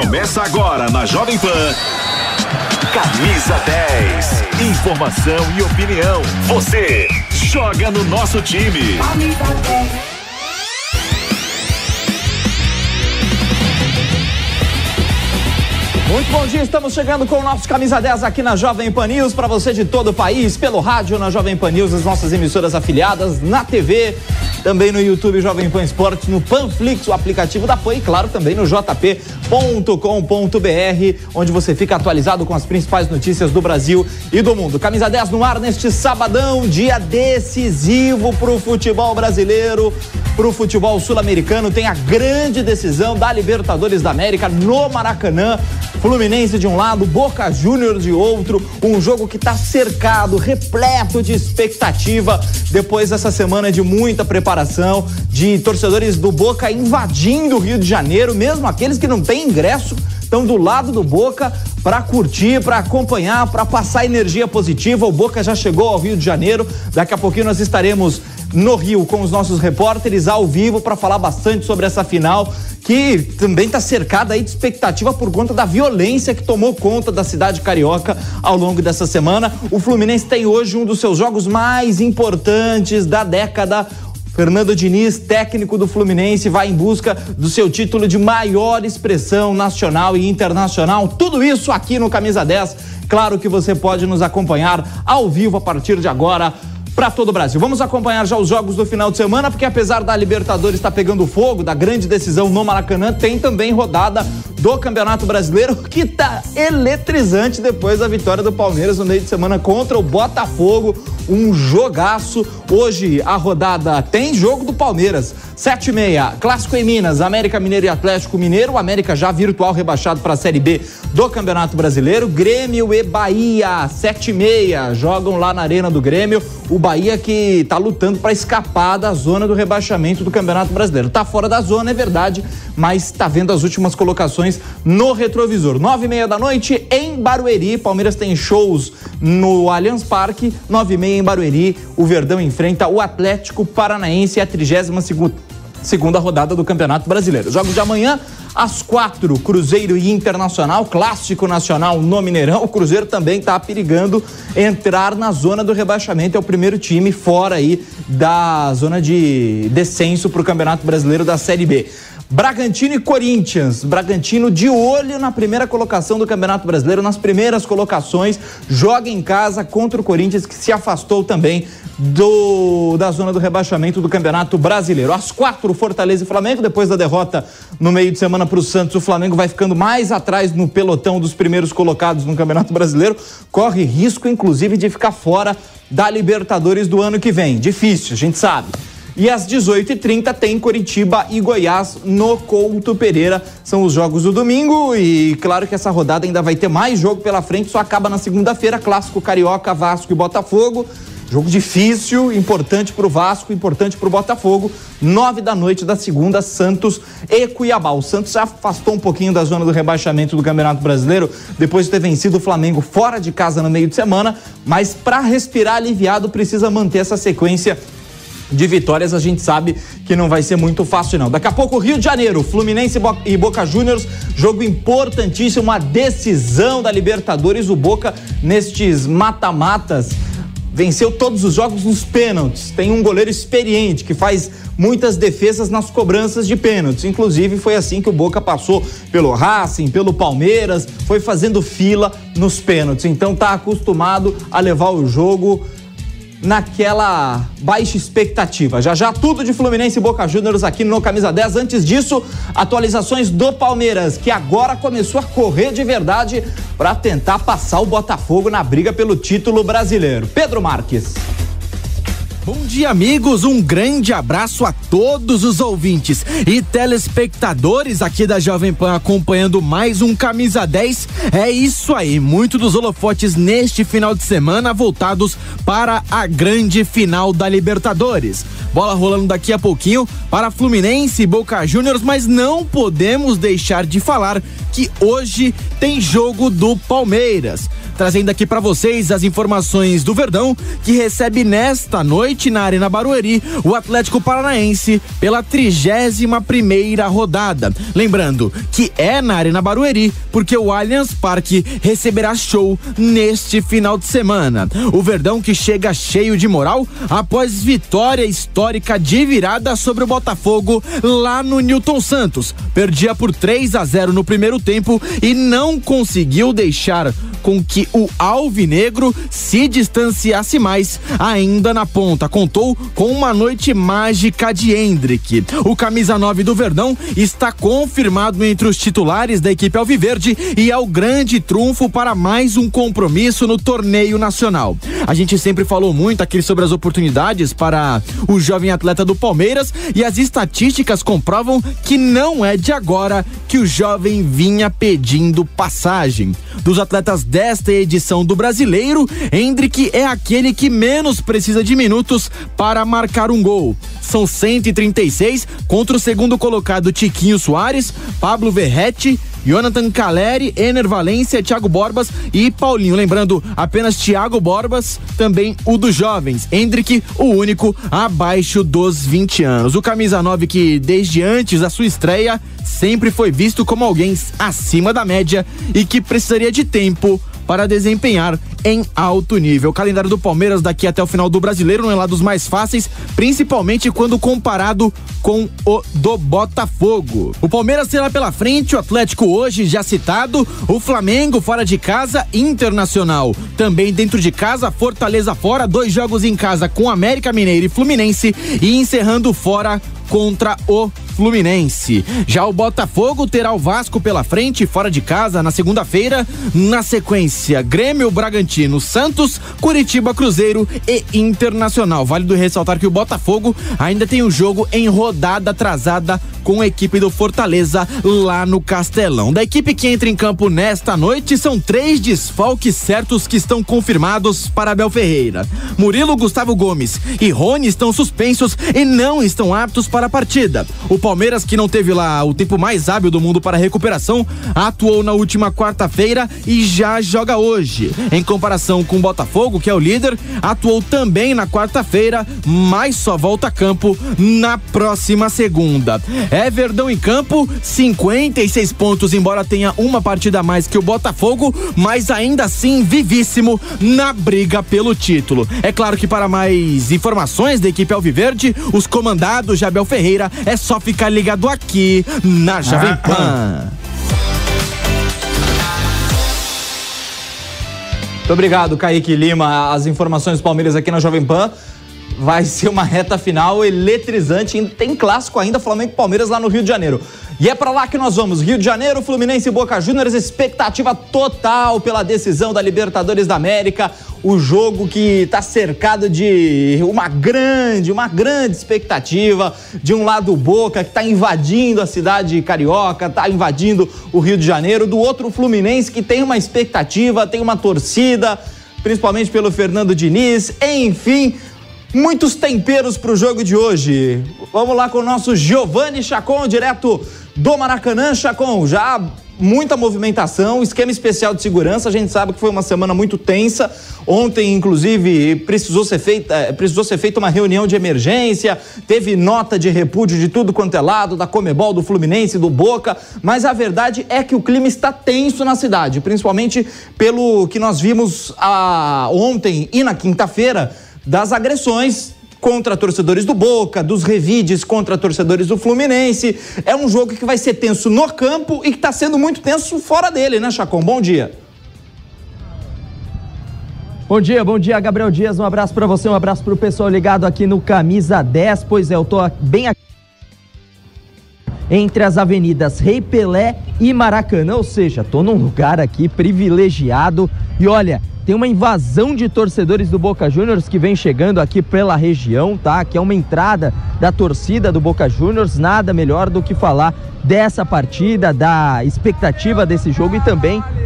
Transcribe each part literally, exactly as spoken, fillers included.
Começa agora na Jovem Pan. Camisa dez. Informação e opinião. Você joga no nosso time. Muito bom dia, estamos chegando com o nosso Camisa dez aqui na Jovem Pan News, para você de todo o país, pelo rádio na Jovem Pan News, as nossas emissoras afiliadas, na T V, também no YouTube Jovem Pan Esportes, no Panflix, o aplicativo da Pan e claro também no j p ponto com ponto b r, onde você fica atualizado com as principais notícias do Brasil e do mundo. Camisa dez no ar neste sabadão, dia decisivo para o futebol brasileiro, para o futebol sul-americano. Tem a grande decisão da Libertadores da América no Maracanã. Fluminense de um lado, Boca Juniors de outro, um jogo que está cercado, repleto de expectativa, depois dessa semana de muita preparação, de torcedores do Boca invadindo o Rio de Janeiro, mesmo aqueles que não têm ingresso, estão do lado do Boca para curtir, para acompanhar, para passar energia positiva. O Boca já chegou ao Rio de Janeiro, daqui a pouquinho nós estaremos no Rio com os nossos repórteres ao vivo para falar bastante sobre essa final, que também está cercada aí de expectativa por conta da violência que tomou conta da cidade carioca ao longo dessa semana. O Fluminense tem hoje um dos seus jogos mais importantes da década. Fernando Diniz, técnico do Fluminense, vai em busca do seu título de maior expressão nacional e internacional. Tudo isso aqui no Camisa dez. Claro que você pode nos acompanhar ao vivo a partir de agora para todo o Brasil. Vamos acompanhar já os jogos do final de semana, porque apesar da Libertadores estar pegando fogo, da grande decisão no Maracanã, tem também rodada do Campeonato Brasileiro, que está eletrizante depois da vitória do Palmeiras no meio de semana contra o Botafogo. Um jogaço. Hoje a rodada tem jogo do Palmeiras, sete e meia, clássico em Minas, América Mineiro e Atlético Mineiro. O América já virtual rebaixado para a Série B do Campeonato Brasileiro. Grêmio e Bahia, sete e meia, jogam lá na Arena do Grêmio. O Bahia que está lutando para escapar da zona do rebaixamento do Campeonato Brasileiro. Está fora da zona, é verdade, mas está vendo as últimas colocações no retrovisor. Nove e meia da noite em Barueri, Palmeiras tem shows no Allianz Parque. Nove e meia em Barueri, o Verdão enfrenta o Atlético Paranaense, a trigésima segunda rodada do Campeonato Brasileiro. Jogos de amanhã, às quatro, Cruzeiro e Internacional, clássico nacional no Mineirão. O Cruzeiro também está perigando entrar na zona do rebaixamento, é o primeiro time fora aí da zona de descenso para o Campeonato Brasileiro da Série B. Bragantino e Corinthians, Bragantino de olho na primeira colocação do Campeonato Brasileiro, nas primeiras colocações, joga em casa contra o Corinthians, que se afastou também do, da zona do rebaixamento do Campeonato Brasileiro. Às quatro, Fortaleza e Flamengo, depois da derrota no meio de semana para o Santos, o Flamengo vai ficando mais atrás no pelotão dos primeiros colocados no Campeonato Brasileiro, corre risco inclusive de ficar fora da Libertadores do ano que vem. Difícil, a gente sabe. E às dezoito e trinta tem Coritiba e Goiás no Couto Pereira. São os jogos do domingo e claro que essa rodada ainda vai ter mais jogo pela frente, só acaba na segunda-feira, clássico carioca, Vasco e Botafogo. Jogo difícil, importante pro Vasco, importante pro Botafogo. Nove da noite da segunda, Santos e Cuiabá. O Santos já afastou um pouquinho da zona do rebaixamento do Campeonato Brasileiro, depois de ter vencido o Flamengo fora de casa no meio de semana, mas para respirar aliviado precisa manter essa sequência de vitórias. A gente sabe que não vai ser muito fácil não. Daqui a pouco Rio de Janeiro, Fluminense e Boca Juniors, jogo importantíssimo, uma decisão da Libertadores. O Boca nestes mata-matas venceu todos os jogos nos pênaltis, tem um goleiro experiente que faz muitas defesas nas cobranças de pênaltis, inclusive foi assim que o Boca passou pelo Racing, pelo Palmeiras, foi fazendo fila nos pênaltis, então tá acostumado a levar o jogo naquela baixa expectativa. Já já tudo de Fluminense e Boca Juniors aqui no Camisa dez. Antes disso, atualizações do Palmeiras, que agora começou a correr de verdade para tentar passar o Botafogo na briga pelo título brasileiro. Pedro Marques. Bom dia, amigos, um grande abraço a todos os ouvintes e telespectadores aqui da Jovem Pan acompanhando mais um Camisa dez. É isso aí, muito dos holofotes neste final de semana voltados para a grande final da Libertadores. Bola rolando daqui a pouquinho para Fluminense e Boca Juniors, mas não podemos deixar de falar que hoje tem jogo do Palmeiras. trazendo aqui para vocês as informações do Verdão, que recebe nesta noite na Arena Barueri o Atlético Paranaense pela trigésima primeira rodada. Lembrando que é na Arena Barueri porque o Allianz Parque receberá show neste final de semana. O Verdão que chega cheio de moral após vitória histórica de virada sobre o Botafogo lá no Newton Santos. Perdia por três a zero no primeiro tempo e não conseguiu deixar com que o alvinegro se distanciasse mais ainda na ponta. Contou com uma noite mágica de Hendrick. O camisa nove do Verdão está confirmado entre os titulares da equipe alviverde e é o grande trunfo para mais um compromisso no torneio nacional. A gente sempre falou muito aqui sobre as oportunidades para o jovem atleta do Palmeiras e as estatísticas comprovam que não é de agora que o jovem vinha pedindo passagem. Dos atletas desta edição do Brasileiro, Hendrick é aquele que menos precisa de minutos para marcar um gol. São cento e trinta e seis contra o segundo colocado Tiquinho Soares, Pablo Verratti, Jonathan Caleri, Ener Valência, Thiago Borbas e Paulinho. Lembrando, apenas Thiago Borbas, também o dos jovens. Hendrick, o único abaixo dos vinte anos. O camisa nove que, desde antes da sua estreia, sempre foi visto como alguém acima da média e que precisaria de tempo para desempenhar em alto nível. O calendário do Palmeiras daqui até o final do Brasileiro não é lá dos mais fáceis, principalmente quando comparado com o do Botafogo. O Palmeiras terá pela frente o Atlético hoje, já citado, o Flamengo fora de casa, Internacional também dentro de casa, Fortaleza fora, dois jogos em casa com América Mineiro e Fluminense e encerrando fora contra o Fluminense. Já o Botafogo terá o Vasco pela frente, fora de casa, na segunda-feira. Na sequência, Grêmio, Bragantino, Santos, Curitiba, Cruzeiro e Internacional. Válido ressaltar que o Botafogo ainda tem um jogo em rodada atrasada com a equipe do Fortaleza lá no Castelão. Da equipe que entra em campo nesta noite, são três desfalques certos que estão confirmados para Abel Ferreira. Murilo, Gustavo Gomes e Rony estão suspensos e não estão aptos para a partida. O Palmeiras, que não teve lá o tempo mais hábil do mundo para a recuperação, atuou na última quarta-feira e já joga hoje. Em comparação com o Botafogo, que é o líder, atuou também na quarta-feira, mas só volta a campo na próxima segunda. É Verdão em campo, cinquenta e seis pontos, embora tenha uma partida a mais que o Botafogo, mas ainda assim vivíssimo na briga pelo título. É claro que para mais informações da equipe alviverde, os comandados de Abel Ferreira, é só ficar ligado aqui na Jovem Pan. Muito obrigado, Kaique Lima. As informações do Palmeiras aqui na Jovem Pan. Vai ser uma reta final eletrizante. Tem clássico ainda, Flamengo e Palmeiras lá no Rio de Janeiro. E é pra lá que nós vamos. Rio de Janeiro, Fluminense e Boca Juniors. Expectativa total pela decisão da Libertadores da América. O jogo que tá cercado de uma grande, uma grande expectativa. De um lado o Boca, que tá invadindo a cidade carioca, tá invadindo o Rio de Janeiro. Do outro o Fluminense, que tem uma expectativa, tem uma torcida, principalmente pelo Fernando Diniz. Enfim, muitos temperos para o jogo de hoje. Vamos lá com o nosso Giovanni Chacon, direto do Maracanã. Chacon, já muita movimentação, esquema especial de segurança. A gente sabe que foi uma semana muito tensa. Ontem, inclusive, precisou ser feita, precisou ser feita uma reunião de emergência. Teve nota de repúdio de tudo quanto é lado, da Conmebol, do Fluminense, do Boca. Mas a verdade é que o clima está tenso na cidade, principalmente pelo que nós vimos ah, ontem e na quinta-feira, das agressões contra torcedores do Boca, dos revides contra torcedores do Fluminense. É um jogo que vai ser tenso no campo e que está sendo muito tenso fora dele, né, Chacon? Bom dia. Bom dia, bom dia, Gabriel Dias. Um abraço para você, um abraço para o pessoal ligado aqui no Camisa dez. Pois é, eu tô bem aqui entre as avenidas Rei Pelé e Maracanã, ou seja, tô num lugar aqui privilegiado e olha, tem uma invasão de torcedores do Boca Juniors que vem chegando aqui pela região, tá? Que é uma entrada da torcida do Boca Juniors, nada melhor do que falar dessa partida, da expectativa desse jogo e também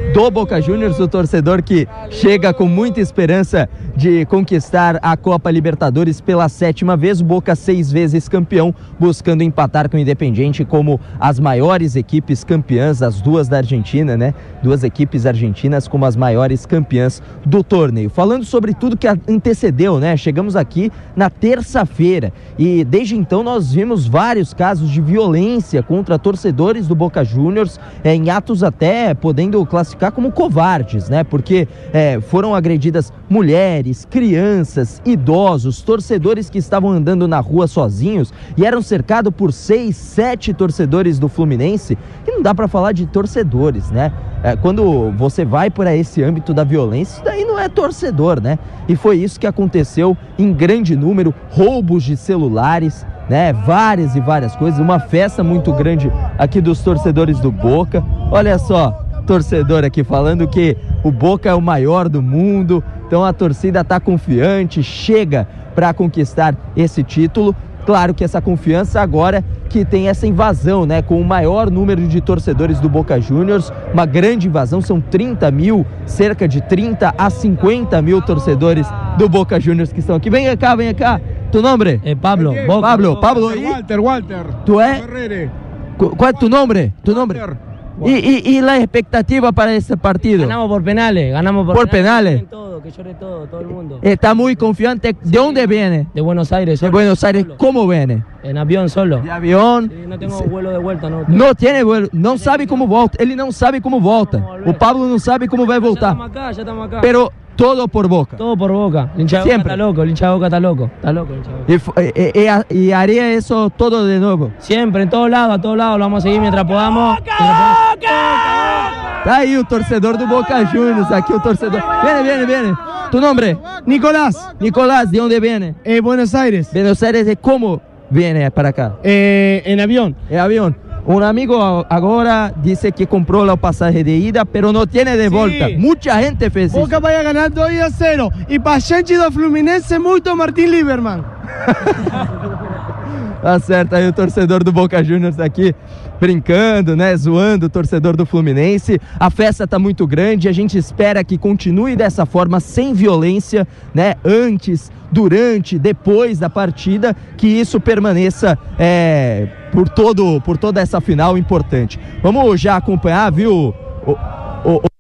do Boca Juniors, o torcedor que chega com muita esperança de conquistar a Copa Libertadores pela sétima vez. O Boca seis vezes campeão, buscando empatar com o Independiente como as maiores equipes campeãs, as duas da Argentina, né? Duas equipes argentinas como as maiores campeãs do torneio. Falando sobre tudo que antecedeu, né? Chegamos aqui na terça-feira e desde então nós vimos vários casos de violência contra torcedores do Boca Juniors, é, em atos até podendo classificar como covardes, né? Porque é, foram agredidas mulheres, crianças, idosos, torcedores que estavam andando na rua sozinhos e eram cercados por seis, sete torcedores do Fluminense, e não dá para falar de torcedores, né? É, quando você vai para esse âmbito da violência, isso daí não é torcedor, né? E foi isso que aconteceu em grande número, roubos de celulares, né? Várias e várias coisas, uma festa muito grande aqui dos torcedores do Boca. Olha só, torcedor aqui falando que o Boca é o maior do mundo, então a torcida está confiante, chega para conquistar esse título. Claro que essa confiança agora que tem essa invasão, né, com o maior número de torcedores do Boca Juniors, uma grande invasão, são trinta mil, cerca de trinta a cinquenta mil torcedores do Boca Juniors que estão aqui. Vem cá, vem cá. Tu nome? É Pablo. Boca. Pablo, Pablo. E? Walter, Walter. Tu é? Qual é tu nome? Tu nome? ¿Y, y, y la expectativa para este partido? Ganamos por penales, ganamos por, por penales. penales. Todo, que llore todo, todo el mundo. Está muy confiante. ¿De dónde viene? De Buenos Aires. De solo. Buenos Aires. ¿Cómo viene? En avión solo. De avião. Sí, não tenho vuelo de volta, não. Não tem vuelo, não sabe como volta. Ele não sabe como volta. O Pablo não sabe como vai voltar. Já estamos acá, já estamos acá. Pero todo por Boca. Todo por Boca. El hincha de Boca está loco, el hincha de Boca está loco. Está loco el hincha de Boca. Y, y, y, y haría eso todo de nuevo. Siempre, en todos lados, a todos lados. Lo vamos a seguir mientras podamos. Boca! Boca! Tá aí o torcedor do Boca Juniors, aqui o torcedor. Viene, viene, viene. Tu nome? Nicolás. Nicolás, ¿de onde viene? Eh, Buenos Aires. Buenos Aires, ¿cómo viene para acá? Eh, en avión. En avión. Un amigo agora dice que compró la pasaje de ida, pero no tiene de volta. Sí. Mucha gente fez isso. Boca vai a ganar dois a zero. E para gente do Fluminense, muito Martin Lieberman. Tá certo, aí o torcedor do Boca Juniors aqui brincando, né, zoando o torcedor do Fluminense. A festa tá muito grande, a gente espera que continue dessa forma, sem violência, né, antes, durante, depois da partida, que isso permaneça é, por, todo, por toda essa final importante. Vamos já acompanhar, viu, o, o, o...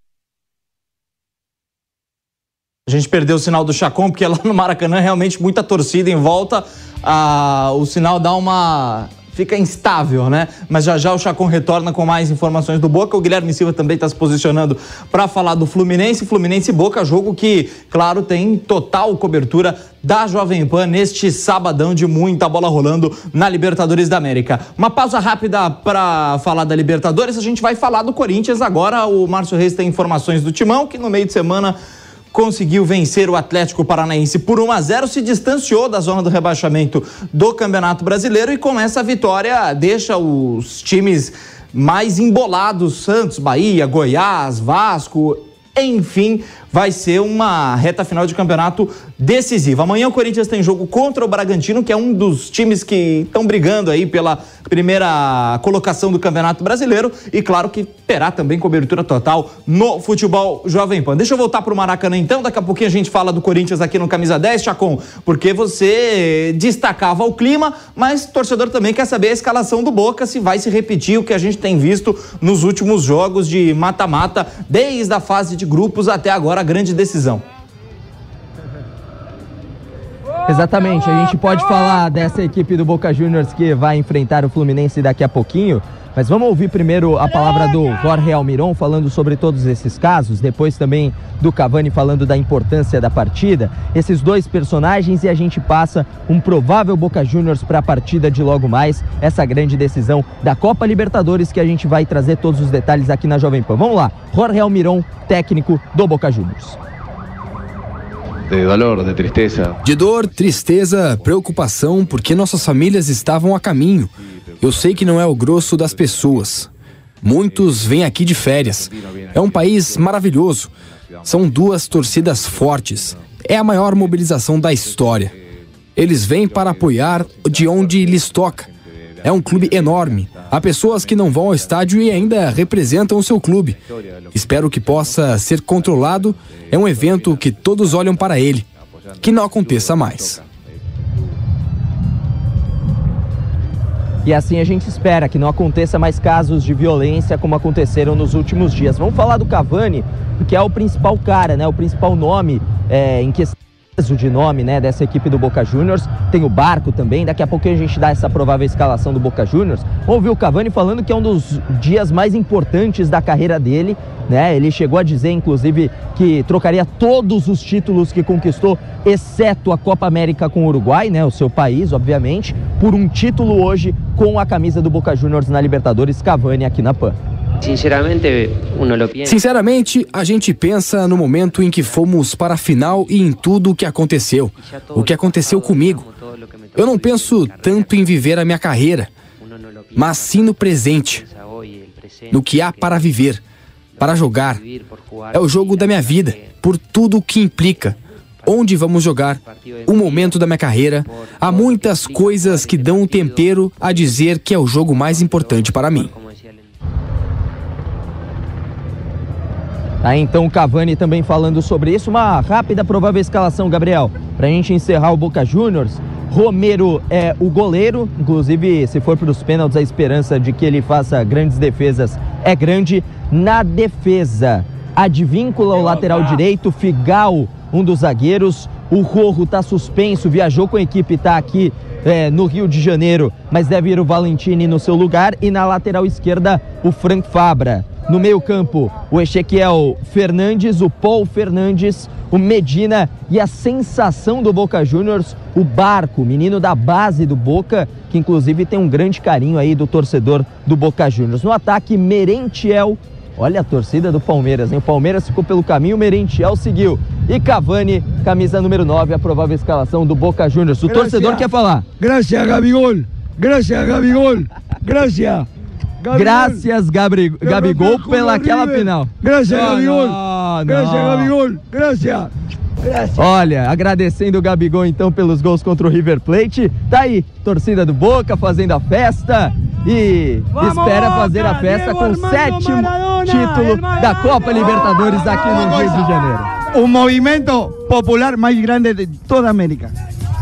A gente perdeu o sinal do Chacon, porque lá no Maracanã realmente muita torcida em volta, ah, o sinal dá uma... fica instável, né? Mas já já o Chacon retorna com mais informações do Boca. O Guilherme Silva também está se posicionando para falar do Fluminense. Fluminense e Boca, jogo que, claro, tem total cobertura da Jovem Pan neste sabadão de muita bola rolando na Libertadores da América. Uma pausa rápida para falar da Libertadores. A gente vai falar do Corinthians agora. O Márcio Reis tem informações do Timão, que no meio de semana conseguiu vencer o Atlético Paranaense por um a zero, se distanciou da zona do rebaixamento do Campeonato Brasileiro e com essa vitória deixa os times mais embolados, Santos, Bahia, Goiás, Vasco, enfim, vai ser uma reta final de campeonato decisiva. Amanhã o Corinthians tem jogo contra o Bragantino, que é um dos times que estão brigando aí pela primeira colocação do Campeonato Brasileiro e claro que terá também cobertura total no futebol Jovem Pan. Deixa eu voltar para o Maracanã então, daqui a pouquinho a gente fala do Corinthians aqui no Camisa dez, Chacon, porque você destacava o clima, mas o torcedor também quer saber a escalação do Boca, se vai se repetir o que a gente tem visto nos últimos jogos de mata-mata, desde a fase de grupos até agora a grande decisão. Exatamente, a gente pode falar dessa equipe do Boca Juniors que vai enfrentar o Fluminense daqui a pouquinho, mas vamos ouvir primeiro a palavra do Jorge Almiron falando sobre todos esses casos, depois também do Cavani falando da importância da partida, esses dois personagens, e a gente passa um provável Boca Juniors para a partida de logo mais, essa grande decisão da Copa Libertadores que a gente vai trazer todos os detalhes aqui na Jovem Pan. Vamos lá, Jorge Almiron, técnico do Boca Juniors. De dolor, de tristeza. De dor, tristeza, preocupação, porque nossas famílias estavam a caminho. Eu sei que não é o grosso das pessoas. Muitos vêm aqui de férias. É um país maravilhoso. São duas torcidas fortes. É a maior mobilização da história. Eles vêm para apoiar de onde lhes toca. É um clube enorme. Há pessoas que não vão ao estádio e ainda representam o seu clube. Espero que possa ser controlado. É um evento que todos olham para ele. Que não aconteça mais. E assim a gente espera que não aconteça mais casos de violência como aconteceram nos últimos dias. Vamos falar do Cavani, que é o principal cara, né? O principal nome é, em questão de nome, né, dessa equipe do Boca Juniors. Tem o Barco também, daqui a pouquinho a gente dá essa provável escalação do Boca Juniors. Vamos ouvir o Cavani falando que é um dos dias mais importantes da carreira dele, né? Ele chegou a dizer, inclusive, que trocaria todos os títulos que conquistou, exceto a Copa América com o Uruguai, né, o seu país, obviamente, por um título hoje com a camisa do Boca Juniors na Libertadores. Cavani aqui na Pan. Sinceramente, a gente pensa no momento em que fomos para a final e em tudo o que aconteceu. O que aconteceu comigo. Eu não penso tanto em viver a minha carreira, mas sim no presente. No que há para viver, para jogar. É o jogo da minha vida, por tudo o que implica. Onde vamos jogar, o momento da minha carreira. Há muitas coisas que dão um tempero a dizer que é o jogo mais importante para mim. Tá, então o Cavani também falando sobre isso. Uma rápida provável escalação, Gabriel, pra gente encerrar o Boca Juniors. Romero é o goleiro, inclusive se for para os pênaltis a esperança de que ele faça grandes defesas é grande. Na defesa, Advíncula, o lateral direito, Figal, um dos zagueiros. O Rojo tá suspenso, viajou com a equipe, tá aqui é, no Rio de Janeiro, mas deve ir o Valentini no seu lugar. E na lateral esquerda, o Frank Fabra. No meio campo, o Ezequiel Fernandes, o Paul Fernandes, o Medina e a sensação do Boca Juniors, o Barco, menino da base do Boca, que inclusive tem um grande carinho aí do torcedor do Boca Juniors. No ataque, Merentiel, olha a torcida do Palmeiras, hein? O Palmeiras ficou pelo caminho, o Merentiel seguiu. E Cavani, camisa número nove, a provável escalação do Boca Juniors. O Gracias. Torcedor quer falar. Gracias, Gabigol. Gracias, Gabigol. Gracias. Gabigol. Graças, Gabri, Gabigol, pela aquela final. Graças, Gabigol. Graças, Gabigol. Graças. Olha, agradecendo o Gabigol então pelos gols contra o River Plate. Tá aí, torcida do Boca fazendo a festa e Vamos, espera fazer Boca, a festa Diego, com o sétimo Maradona, título Maradona, da Copa Libertadores aqui no Rio de Janeiro. O movimento popular mais grande de toda a América.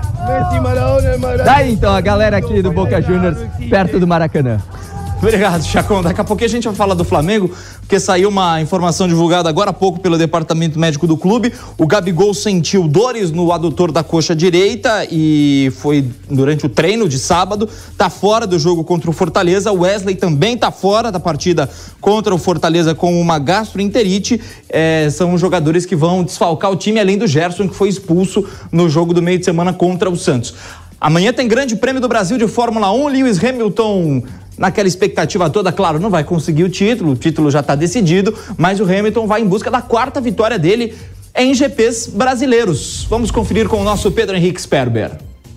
Daí então a galera aqui do Boca Juniors perto do Maracanã. Obrigado, Chacon. Daqui a pouquinho a gente vai falar do Flamengo, porque saiu uma informação divulgada agora há pouco pelo departamento médico do clube. O Gabigol sentiu dores no adutor da coxa direita e foi durante o treino de sábado. Tá fora do jogo contra o Fortaleza. O Wesley também tá fora da partida contra o Fortaleza com uma gastroenterite. É, são jogadores que vão desfalcar o time, além do Gerson, que foi expulso no jogo do meio de semana contra o Santos. Amanhã tem Grande Prêmio do Brasil de Fórmula um. Lewis Hamilton, naquela expectativa toda, claro, não vai conseguir o título, o título já está decidido, mas o Hamilton vai em busca da quarta vitória dele em G Ps brasileiros. Vamos conferir com o nosso Pedro Henrique Sperber.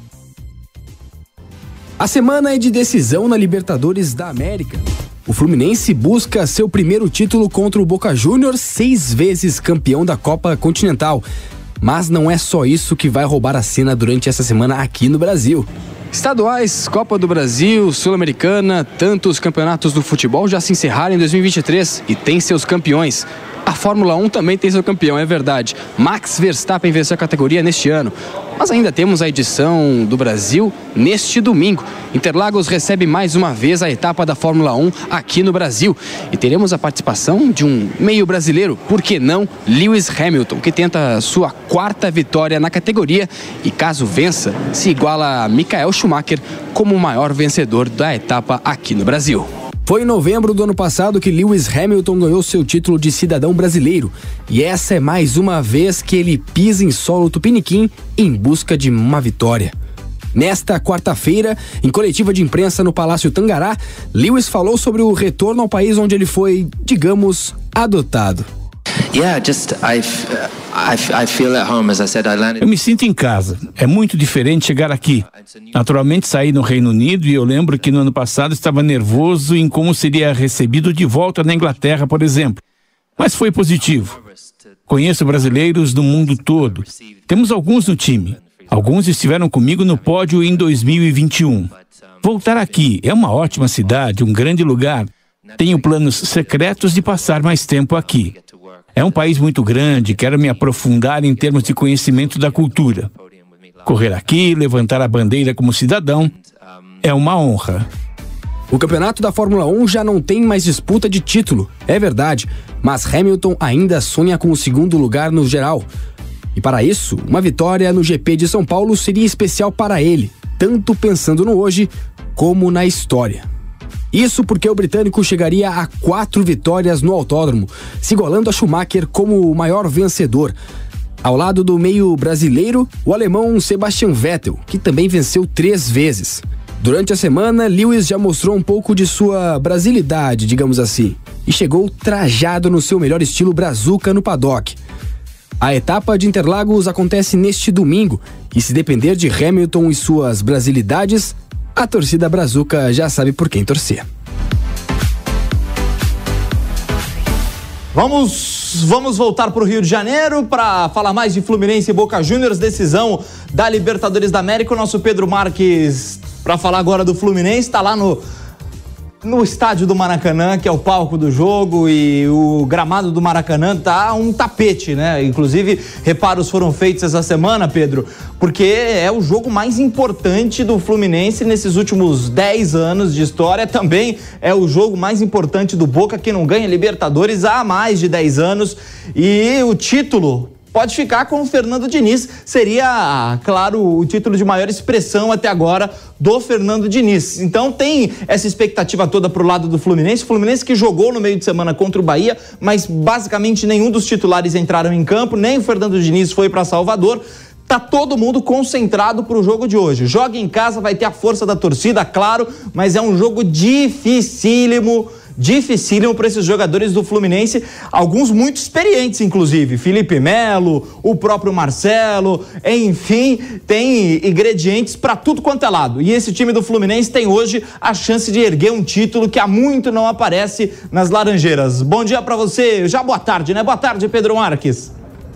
A semana é de decisão na Libertadores da América. O Fluminense busca seu primeiro título contra o Boca Juniors, seis vezes campeão da Copa Continental. Mas não é só isso que vai roubar a cena durante essa semana aqui no Brasil. Estaduais, Copa do Brasil, Sul-Americana, tantos campeonatos do futebol já se encerraram em dois mil e vinte e três e tem seus campeões. A Fórmula um também tem seu campeão, é verdade. Max Verstappen venceu a categoria neste ano. Mas ainda temos a edição do Brasil neste domingo. Interlagos recebe mais uma vez a etapa da Fórmula um aqui no Brasil. E teremos a participação de um meio brasileiro, por que não, Lewis Hamilton, que tenta sua quarta vitória na categoria e, caso vença, se iguala a Michael Schumacher como o maior vencedor da etapa aqui no Brasil. Foi em novembro do ano passado que Lewis Hamilton ganhou seu título de cidadão brasileiro. E essa é mais uma vez que ele pisa em solo tupiniquim em busca de uma vitória. Nesta quarta-feira, em coletiva de imprensa no Palácio Tangará, Lewis falou sobre o retorno ao país onde ele foi, digamos, adotado. Yeah, just I, I, I feel at home, as I said, I landed... Eu me sinto em casa. É muito diferente chegar aqui. Naturalmente saí no Reino Unido e eu lembro que no ano passado estava nervoso em como seria recebido de volta na Inglaterra, por exemplo. Mas foi positivo. Conheço brasileiros do mundo todo. Temos alguns no time. Alguns estiveram comigo no pódio em dois mil e vinte e um. Voltar aqui é uma ótima cidade, um grande lugar. Tenho planos secretos de passar mais tempo aqui. É um país muito grande, quero me aprofundar em termos de conhecimento da cultura. Correr aqui, levantar a bandeira como cidadão, é uma honra. O campeonato da Fórmula um já não tem mais disputa de título, é verdade, mas Hamilton ainda sonha com o segundo lugar no geral. E para isso, uma vitória no G P de São Paulo seria especial para ele, tanto pensando no hoje como na história. Isso porque o britânico chegaria a quatro vitórias no autódromo, se igualando a Schumacher como o maior vencedor. Ao lado do meio brasileiro, o alemão Sebastian Vettel, que também venceu três vezes. Durante a semana, Lewis já mostrou um pouco de sua brasilidade, digamos assim, e chegou trajado no seu melhor estilo brazuca no paddock. A etapa de Interlagos acontece neste domingo, e se depender de Hamilton e suas brasilidades, a torcida brazuca já sabe por quem torcer. Vamos, vamos voltar para o Rio de Janeiro para falar mais de Fluminense e Boca Juniors, decisão da Libertadores da América. O nosso Pedro Marques, para falar agora do Fluminense, está lá no, no estádio do Maracanã, que é o palco do jogo, e o gramado do Maracanã tá um tapete, né? Inclusive, reparos foram feitos essa semana, Pedro, porque é o jogo mais importante do Fluminense nesses últimos dez anos de história. Também é o jogo mais importante do Boca, que não ganha Libertadores há mais de dez anos, e o título pode ficar com o Fernando Diniz. Seria, claro, o título de maior expressão até agora do Fernando Diniz. Então tem essa expectativa toda pro lado do Fluminense. O Fluminense que jogou no meio de semana contra o Bahia, mas basicamente nenhum dos titulares entraram em campo, nem o Fernando Diniz foi para Salvador. Tá todo mundo concentrado pro jogo de hoje. Joga em casa, vai ter a força da torcida, claro, mas é um jogo dificílimo, dificílimo para esses jogadores do Fluminense, alguns muito experientes, inclusive, Felipe Melo, o próprio Marcelo, enfim, tem ingredientes para tudo quanto é lado. E esse time do Fluminense tem hoje a chance de erguer um título que há muito não aparece nas Laranjeiras. Bom dia para você, já boa tarde, né? Boa tarde, Pedro Marques.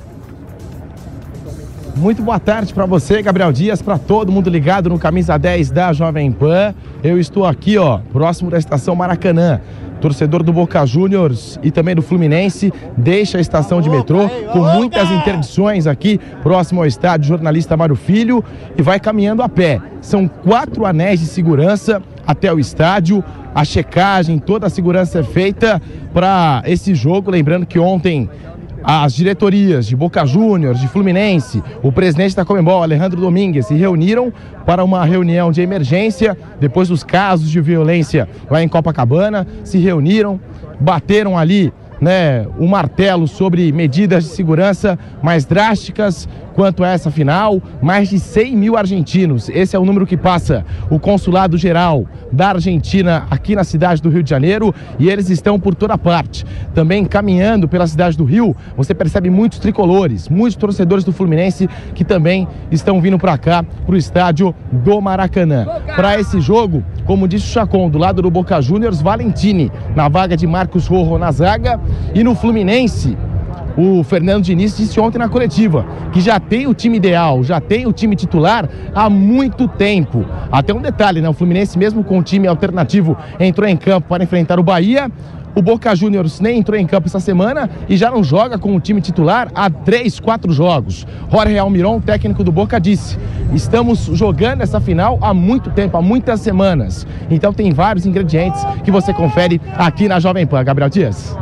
Muito boa tarde para você, Gabriel Dias, para todo mundo ligado no Camisa dez da Jovem Pan. Eu estou aqui, ó, próximo da estação Maracanã. Torcedor do Boca Juniors e também do Fluminense deixa a estação de metrô com muitas interdições aqui próximo ao estádio Jornalista Mário Filho e vai caminhando a pé. São quatro anéis de segurança até o estádio. A checagem, toda a segurança é feita para esse jogo. Lembrando que ontem as diretorias de Boca Juniors, de Fluminense, o presidente da Conmebol, Alejandro Domingues, se reuniram para uma reunião de emergência depois dos casos de violência lá em Copacabana. Se reuniram, bateram ali, né, o martelo sobre medidas de segurança mais drásticas quanto a essa final. Mais de cem mil argentinos, esse é o número que passa o Consulado Geral da Argentina aqui na cidade do Rio de Janeiro, e eles estão por toda parte. Também caminhando pela cidade do Rio, você percebe muitos tricolores, muitos torcedores do Fluminense que também estão vindo para cá, para o estádio do Maracanã. Para esse jogo, como disse o Chacon, do lado do Boca Juniors, Valentini na vaga de Marcos Rojo na zaga, e no Fluminense, o Fernando Diniz disse ontem na coletiva que já tem o time ideal, já tem o time titular há muito tempo. Até um detalhe, né? O Fluminense, mesmo com o time alternativo, entrou em campo para enfrentar o Bahia. O Boca Juniors nem entrou em campo essa semana e já não joga com o time titular há três, quatro jogos. Jorge Almiron, técnico do Boca, disse: estamos jogando essa final há muito tempo, há muitas semanas. Então tem vários ingredientes que você confere aqui na Jovem Pan. Gabriel Dias.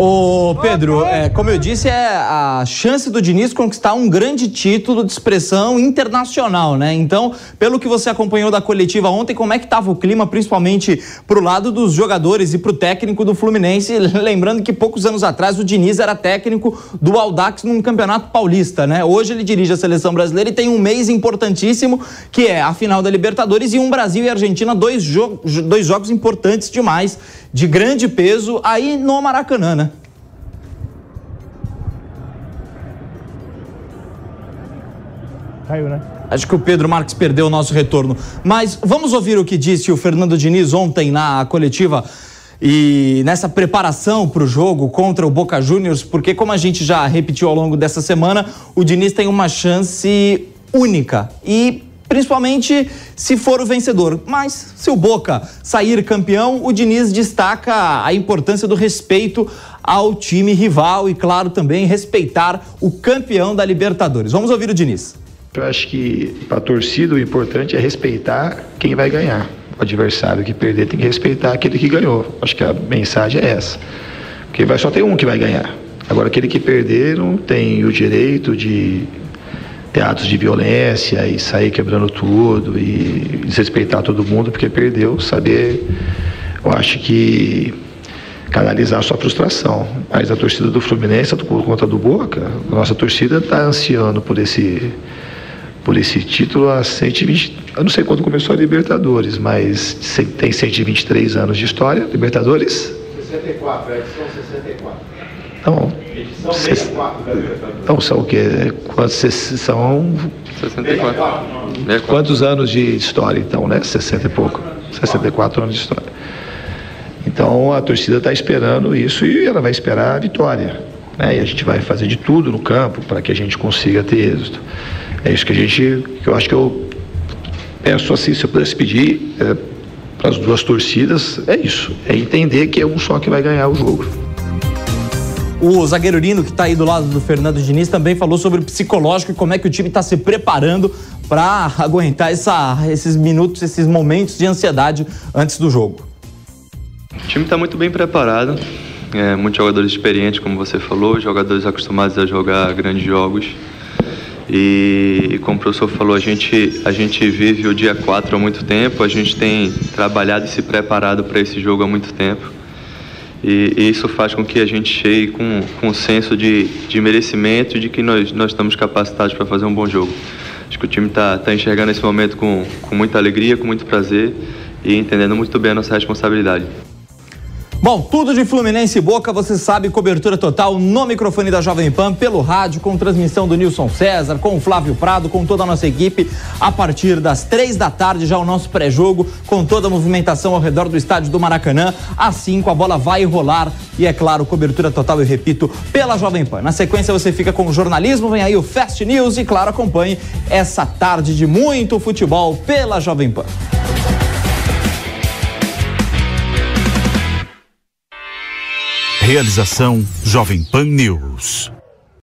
Ô Pedro, é, como eu disse, é a chance do Diniz conquistar um grande título de expressão internacional, né? Então, pelo que você acompanhou da coletiva ontem, como é que estava o clima, principalmente pro lado dos jogadores e pro técnico do Fluminense? Lembrando que poucos anos atrás o Diniz era técnico do Audax num campeonato paulista, né? Hoje ele dirige a seleção brasileira e tem um mês importantíssimo, que é a final da Libertadores, e um Brasil e Argentina, dois, jo- dois jogos importantes demais, de grande peso, aí no Maracanã, né? Caiu, né? Acho que o Pedro Marques perdeu o nosso retorno. Mas vamos ouvir o que disse o Fernando Diniz ontem na coletiva e nessa preparação para o jogo contra o Boca Juniors, porque, como a gente já repetiu ao longo dessa semana, o Diniz tem uma chance única e principalmente se for o vencedor. Mas se o Boca sair campeão, o Diniz destaca a importância do respeito ao time rival e, claro, também respeitar o campeão da Libertadores. Vamos ouvir o Diniz. Eu acho que para a torcida o importante é respeitar quem vai ganhar. O adversário que perder tem que respeitar aquele que ganhou. Acho que a mensagem é essa. Porque vai só ter um que vai ganhar. Agora aquele que perder não tem o direito de ter atos de violência e sair quebrando tudo e desrespeitar todo mundo porque perdeu. Saber, eu acho que canalizar sua frustração. Mas a torcida do Fluminense, por conta do Boca, a nossa torcida está ansiando por esse, por esse título há cento e vinte, eu não sei quando começou a Libertadores, mas tem cento e vinte e três anos de história. Libertadores? sessenta e quatro, a edição sessenta e quatro. Então, edição sessenta e quatro da Libertadores. Então são o quê? Quantos são? sessenta e quatro. Quantos anos de história então, né? sessenta e pouco. sessenta e quatro anos de história. Então a torcida está esperando isso e ela vai esperar a vitória, né? E a gente vai fazer de tudo no campo para que a gente consiga ter êxito. É isso que a gente, que eu acho que eu peço assim, se eu pudesse pedir é, para as duas torcidas, é isso, é entender que é um só que vai ganhar o jogo. O zagueiro Lino, que está aí do lado do Fernando Diniz, também falou sobre o psicológico e como é que o time está se preparando para aguentar essa, esses minutos, esses momentos de ansiedade antes do jogo. O time está muito bem preparado, é, muitos jogadores experientes, como você falou, jogadores acostumados a jogar grandes jogos. E, como o professor falou, a gente, a gente vive o dia quatro há muito tempo, a gente tem trabalhado e se preparado para esse jogo há muito tempo. E, e isso faz com que a gente chegue com, com um senso de, de merecimento e de que nós, nós estamos capacitados para fazer um bom jogo. Acho que o time está tá enxergando esse momento com, com muita alegria, com muito prazer e entendendo muito bem a nossa responsabilidade. Bom, tudo de Fluminense e Boca, você sabe, cobertura total no microfone da Jovem Pan, pelo rádio, com transmissão do Nilson César, com o Flávio Prado, com toda a nossa equipe, a partir das três da tarde, já o nosso pré-jogo, com toda a movimentação ao redor do estádio do Maracanã. Às cinco a bola vai rolar e, é claro, cobertura total, eu repito, pela Jovem Pan. Na sequência você fica com o jornalismo, vem aí o Fast News e, claro, acompanhe essa tarde de muito futebol pela Jovem Pan. Realização Jovem Pan News.